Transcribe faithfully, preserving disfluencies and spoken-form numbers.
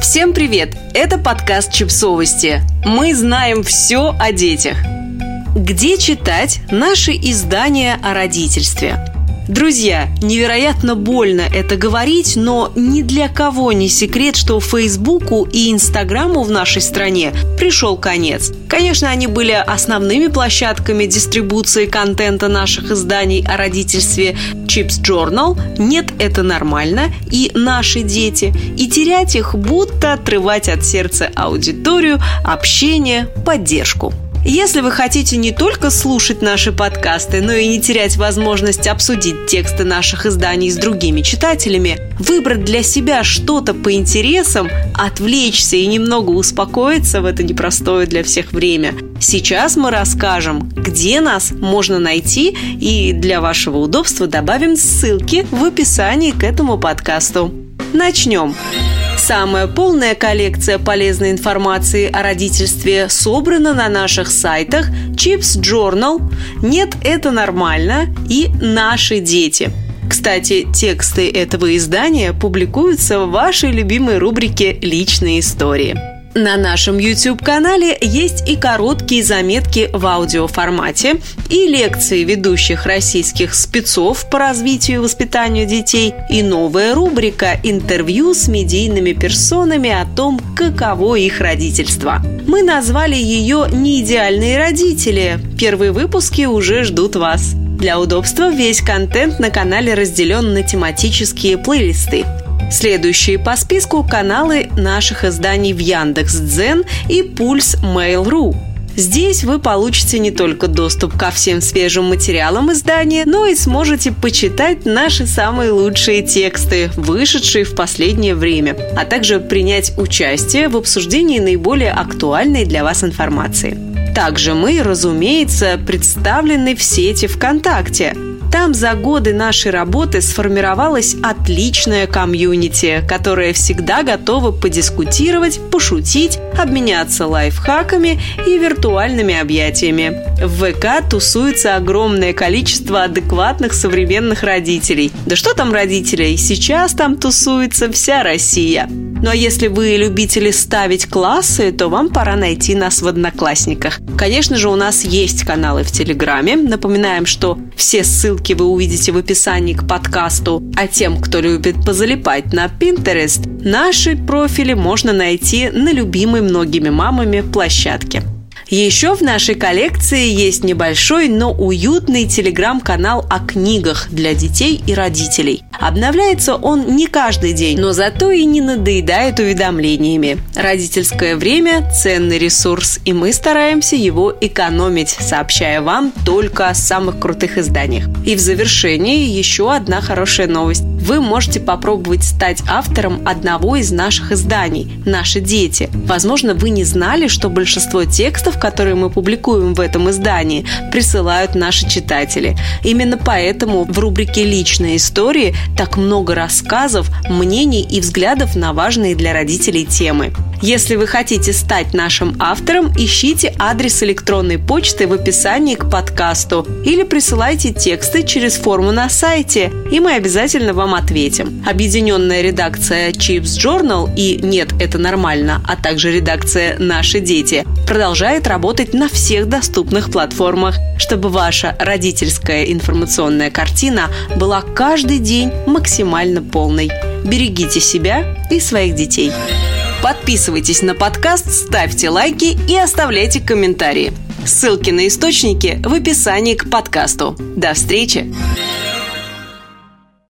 Всем привет! Это подкаст «Чипсовости». Мы знаем все о детях. Где читать наши издания о родительстве? Друзья, невероятно больно это говорить, но ни для кого не секрет, что Фейсбуку и Инстаграму в нашей стране пришел конец. Конечно, они были основными площадками дистрибуции контента наших изданий о родительстве Chips Journal, «Нет, это нормально» и «Наши дети», и терять их будто отрывать от сердца аудиторию, общение, поддержку. Если вы хотите не только слушать наши подкасты, но и не терять возможность обсудить тексты наших изданий с другими читателями, выбрать для себя что-то по интересам, отвлечься и немного успокоиться в это непростое для всех время, сейчас мы расскажем, где нас можно найти, и для вашего удобства добавим ссылки в описании к этому подкасту. Начнем! Самая полная коллекция полезной информации о родительстве собрана на наших сайтах Chips Journal, «Нет, это нормально» и «Наши дети». Кстати, тексты этого издания публикуются в вашей любимой рубрике «Личные истории». На нашем YouTube-канале есть и короткие заметки в аудиоформате, и лекции ведущих российских спецов по развитию и воспитанию детей, и новая рубрика «Интервью с медийными персонами о том, каково их родительство». Мы назвали ее «Неидеальные родители». Первые выпуски уже ждут вас. Для удобства весь контент на канале разделен на тематические плейлисты. Следующие по списку каналы наших изданий в Яндекс.Дзен и Пульс Mail.ру. Здесь вы получите не только доступ ко всем свежим материалам издания, но и сможете почитать наши самые лучшие тексты, вышедшие в последнее время, а также принять участие в обсуждении наиболее актуальной для вас информации. Также мы, разумеется, представлены в сети ВКонтакте. Там за годы нашей работы сформировалась отличная комьюнити, которая всегда готова подискутировать, пошутить, обменяться лайфхаками и виртуальными объятиями. В ВК тусуется огромное количество адекватных современных родителей. Да что там родителей, сейчас там тусуется вся Россия. Ну а если вы любители ставить классы, то вам пора найти нас в Одноклассниках. Конечно же, у нас есть каналы в Телеграме. Напоминаем, что все ссылки вы увидите в описании к подкасту. А тем, кто любит позалипать на Pinterest, наши профили можно найти на любимой многими мамами площадке. Еще в нашей коллекции есть небольшой, но уютный телеграм-канал о книгах для детей и родителей. Обновляется он не каждый день, но зато и не надоедает уведомлениями. Родительское время – ценный ресурс, и мы стараемся его экономить, сообщая вам только о самых крутых изданиях. И в завершении еще одна хорошая новость. Вы можете попробовать стать автором одного из наших изданий «Наши дети». Возможно, вы не знали, что большинство текстов, которые мы публикуем в этом издании, присылают наши читатели. Именно поэтому в рубрике «Личные истории» так много рассказов, мнений и взглядов на важные для родителей темы. Если вы хотите стать нашим автором, ищите адрес электронной почты в описании к подкасту или присылайте тексты через форму на сайте, и мы обязательно вам ответим. Объединенная редакция Chips Journal и «Нет, это нормально», а также редакция «Наши дети» продолжает работать на всех доступных платформах, чтобы ваша родительская информационная картина была каждый день максимально полной. Берегите себя и своих детей. Подписывайтесь на подкаст, ставьте лайки и оставляйте комментарии. Ссылки на источники в описании к подкасту. До встречи!